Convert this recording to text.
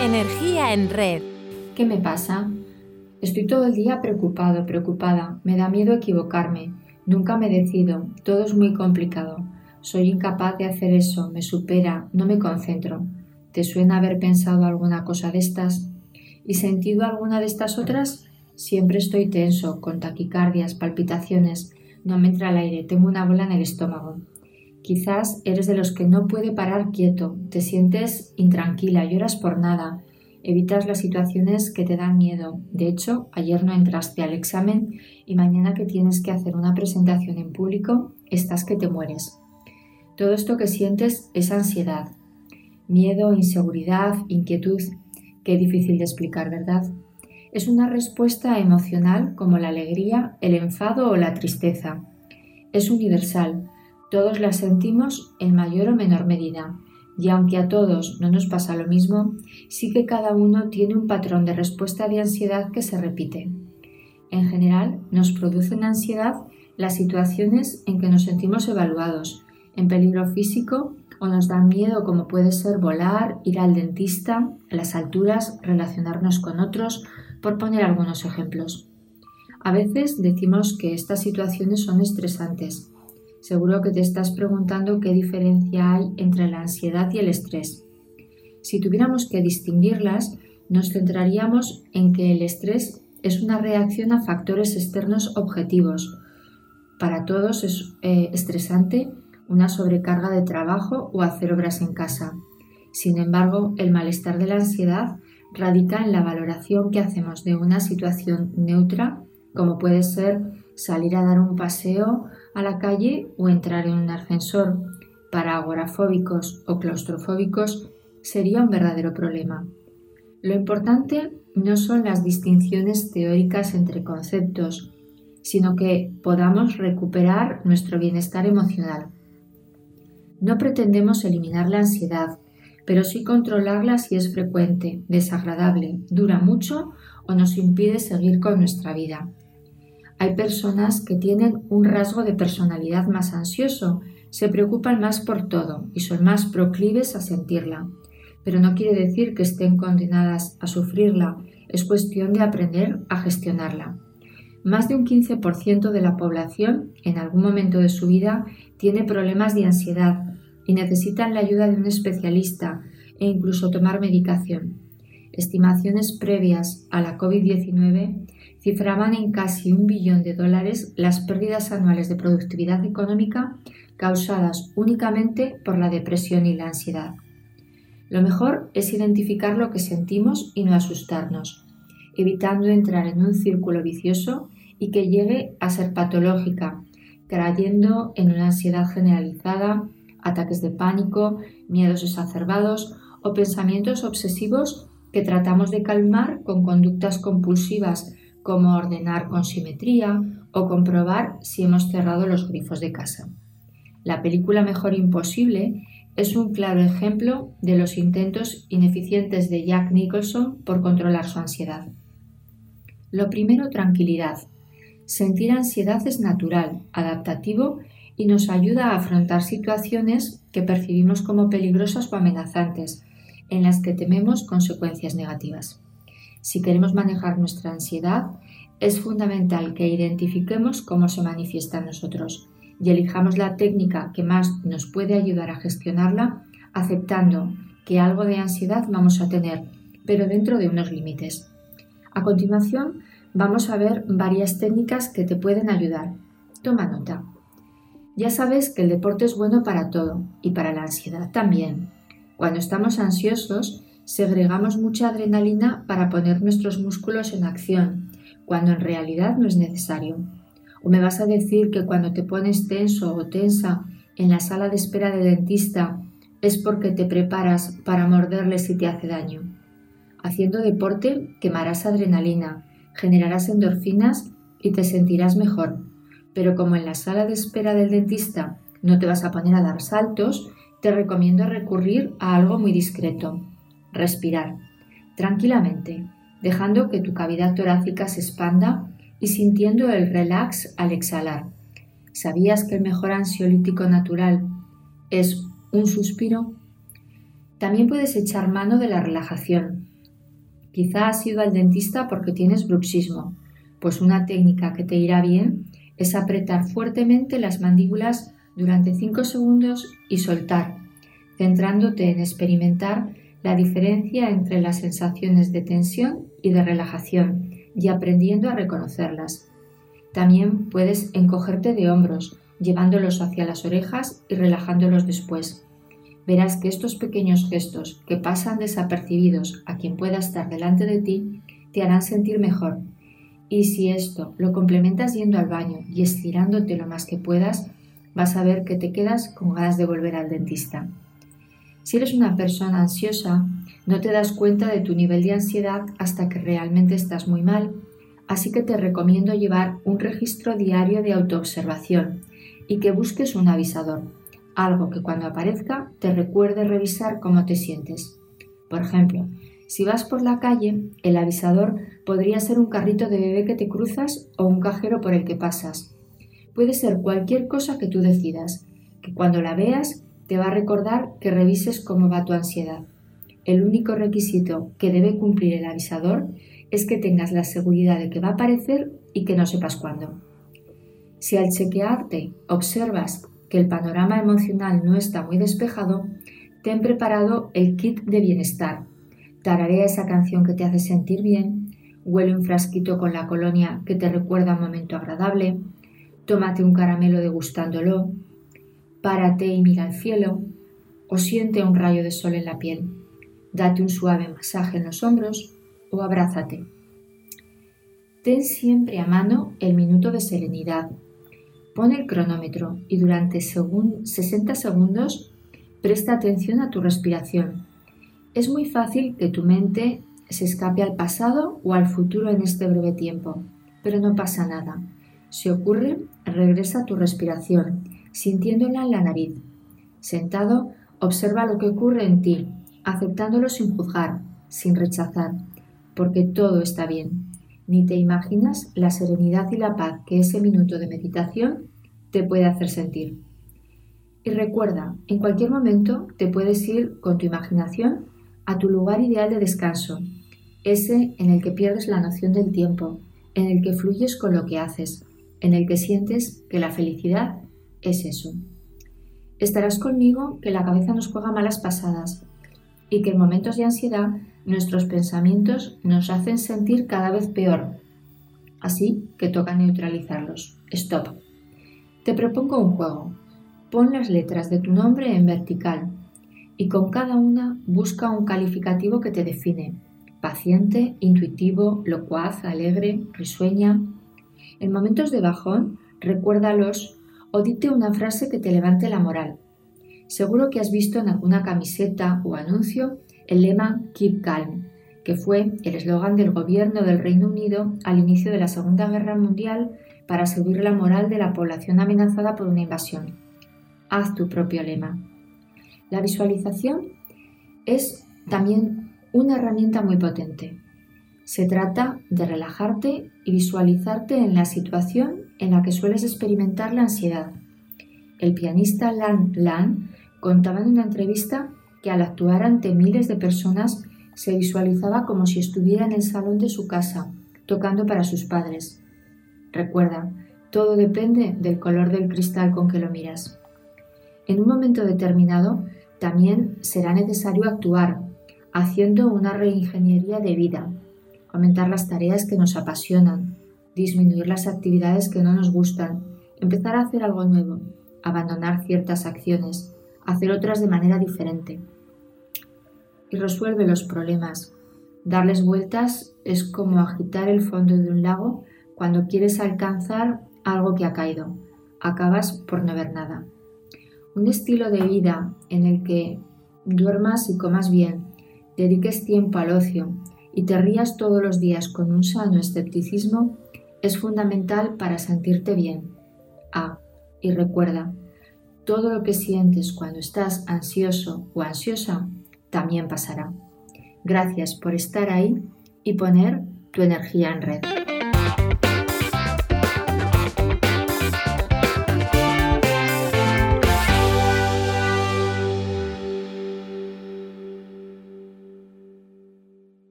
Energía en red. ¿Qué me pasa? Estoy todo el día preocupado, preocupada. Me da miedo equivocarme. Nunca me decido. Todo es muy complicado. Soy incapaz de hacer eso. Me supera. No me concentro. ¿Te suena haber pensado alguna cosa de estas? ¿Y sentido alguna de estas otras? Siempre estoy tenso, con taquicardias, palpitaciones. No me entra el aire. Tengo una bola en el estómago. Quizás eres de los que no puede parar quieto, te sientes intranquila, lloras por nada, evitas las situaciones que te dan miedo. De hecho, ayer no entraste al examen y mañana que tienes que hacer una presentación en público, estás que te mueres. Todo esto que sientes es ansiedad, miedo, inseguridad, inquietud. Qué difícil de explicar, ¿verdad? Es una respuesta emocional como la alegría, el enfado o la tristeza. Es universal. Todos la sentimos en mayor o menor medida, y aunque a todos no nos pasa lo mismo, sí que cada uno tiene un patrón de respuesta de ansiedad que se repite. En general, nos producen ansiedad las situaciones en que nos sentimos evaluados, en peligro físico o nos dan miedo, como puede ser volar, ir al dentista, las alturas, relacionarnos con otros, por poner algunos ejemplos. A veces decimos que estas situaciones son estresantes. Seguro que te estás preguntando qué diferencia hay entre la ansiedad y el estrés. Si tuviéramos que distinguirlas, nos centraríamos en que el estrés es una reacción a factores externos objetivos. Para todos es estresante una sobrecarga de trabajo o hacer obras en casa. Sin embargo, el malestar de la ansiedad radica en la valoración que hacemos de una situación neutra, como puede ser salir a dar un paseo a la calle o entrar en un ascensor. Para agorafóbicos o claustrofóbicos sería un verdadero problema. Lo importante no son las distinciones teóricas entre conceptos, sino que podamos recuperar nuestro bienestar emocional. No pretendemos eliminar la ansiedad, pero sí controlarla si es frecuente, desagradable, dura mucho o nos impide seguir con nuestra vida. Hay personas que tienen un rasgo de personalidad más ansioso, se preocupan más por todo y son más proclives a sentirla. Pero no quiere decir que estén condenadas a sufrirla, es cuestión de aprender a gestionarla. Más de un 15% de la población en algún momento de su vida tiene problemas de ansiedad y necesitan la ayuda de un especialista e incluso tomar medicación. Estimaciones previas a la COVID-19 cifraban en casi $1 billón las pérdidas anuales de productividad económica causadas únicamente por la depresión y la ansiedad. Lo mejor es identificar lo que sentimos y no asustarnos, evitando entrar en un círculo vicioso y que llegue a ser patológica, cayendo en una ansiedad generalizada, ataques de pánico, miedos exacerbados o pensamientos obsesivos que tratamos de calmar con conductas compulsivas como ordenar con simetría o comprobar si hemos cerrado los grifos de casa. La película Mejor Imposible es un claro ejemplo de los intentos ineficientes de Jack Nicholson por controlar su ansiedad. Lo primero, tranquilidad. Sentir ansiedad es natural, adaptativo y nos ayuda a afrontar situaciones que percibimos como peligrosas o amenazantes, en las que tememos consecuencias negativas. Si queremos manejar nuestra ansiedad, es fundamental que identifiquemos cómo se manifiesta en nosotros y elijamos la técnica que más nos puede ayudar a gestionarla, aceptando que algo de ansiedad vamos a tener, pero dentro de unos límites. A continuación, vamos a ver varias técnicas que te pueden ayudar. Toma nota. Ya sabes que el deporte es bueno para todo y para la ansiedad también. Cuando estamos ansiosos, segregamos mucha adrenalina para poner nuestros músculos en acción, cuando en realidad no es necesario. ¿O me vas a decir que cuando te pones tenso o tensa en la sala de espera del dentista es porque te preparas para morderle si te hace daño? Haciendo deporte quemarás adrenalina, generarás endorfinas y te sentirás mejor. Pero como en la sala de espera del dentista no te vas a poner a dar saltos, te recomiendo recurrir a algo muy discreto. Respirar tranquilamente, dejando que tu cavidad torácica se expanda y sintiendo el relax al exhalar. ¿Sabías que el mejor ansiolítico natural es un suspiro? También puedes echar mano de la relajación. Quizá has ido al dentista porque tienes bruxismo, pues una técnica que te irá bien es apretar fuertemente las mandíbulas durante 5 segundos y soltar, centrándote en experimentar la diferencia entre las sensaciones de tensión y de relajación y aprendiendo a reconocerlas. También puedes encogerte de hombros, llevándolos hacia las orejas y relajándolos después. Verás que estos pequeños gestos que pasan desapercibidos a quien pueda estar delante de ti te harán sentir mejor. Y si esto lo complementas yendo al baño y estirándote lo más que puedas, vas a ver que te quedas con ganas de volver al dentista. Si eres una persona ansiosa, no te das cuenta de tu nivel de ansiedad hasta que realmente estás muy mal, así que te recomiendo llevar un registro diario de autoobservación y que busques un avisador, algo que cuando aparezca te recuerde revisar cómo te sientes. Por ejemplo, si vas por la calle, el avisador podría ser un carrito de bebé que te cruzas o un cajero por el que pasas. Puede ser cualquier cosa que tú decidas, que cuando la veas te va a recordar que revises cómo va tu ansiedad. El único requisito que debe cumplir el avisador es que tengas la seguridad de que va a aparecer y que no sepas cuándo. Si al chequearte observas que el panorama emocional no está muy despejado, ten preparado el kit de bienestar. Tararea esa canción que te hace sentir bien, huele un frasquito con la colonia que te recuerda un momento agradable, tómate un caramelo degustándolo, párate y mira al cielo o siente un rayo de sol en la piel, date un suave masaje en los hombros o abrázate. Ten siempre a mano el minuto de serenidad. Pon el cronómetro y durante 60 segundos presta atención a tu respiración. Es muy fácil que tu mente se escape al pasado o al futuro en este breve tiempo, pero no pasa nada. Si ocurre, regresa a tu respiración, sintiéndola en la nariz. Sentado, observa lo que ocurre en ti, aceptándolo sin juzgar, sin rechazar, porque todo está bien. Ni te imaginas la serenidad y la paz que ese minuto de meditación te puede hacer sentir. Y recuerda, en cualquier momento te puedes ir con tu imaginación a tu lugar ideal de descanso, ese en el que pierdes la noción del tiempo, en el que fluyes con lo que haces, en el que sientes que la felicidad es eso. Estarás conmigo que la cabeza nos juega malas pasadas y que en momentos de ansiedad nuestros pensamientos nos hacen sentir cada vez peor. Así que toca neutralizarlos. Stop. Te propongo un juego. Pon las letras de tu nombre en vertical y con cada una busca un calificativo que te define. Paciente, intuitivo, locuaz, alegre, risueña. En momentos de bajón, recuérdalos o dite una frase que te levante la moral. Seguro que has visto en alguna camiseta o anuncio el lema Keep Calm, que fue el eslogan del gobierno del Reino Unido al inicio de la Segunda Guerra Mundial para subir la moral de la población amenazada por una invasión. Haz tu propio lema. La visualización es también una herramienta muy potente. Se trata de relajarte y visualizarte en la situación en la que sueles experimentar la ansiedad. El pianista Lan Lan contaba en una entrevista que al actuar ante miles de personas se visualizaba como si estuviera en el salón de su casa, tocando para sus padres. Recuerda, todo depende del color del cristal con que lo miras. En un momento determinado, también será necesario actuar, haciendo una reingeniería de vida, aumentar las tareas que nos apasionan, disminuir las actividades que no nos gustan, empezar a hacer algo nuevo, abandonar ciertas acciones, hacer otras de manera diferente. Y resuelve los problemas. Darles vueltas es como agitar el fondo de un lago cuando quieres alcanzar algo que ha caído. Acabas por no ver nada. Un estilo de vida en el que duermas y comas bien, dediques tiempo al ocio y te rías todos los días con un sano escepticismo es fundamental para sentirte bien. Y recuerda, todo lo que sientes cuando estás ansioso o ansiosa también pasará. Gracias por estar ahí y poner tu energía en red.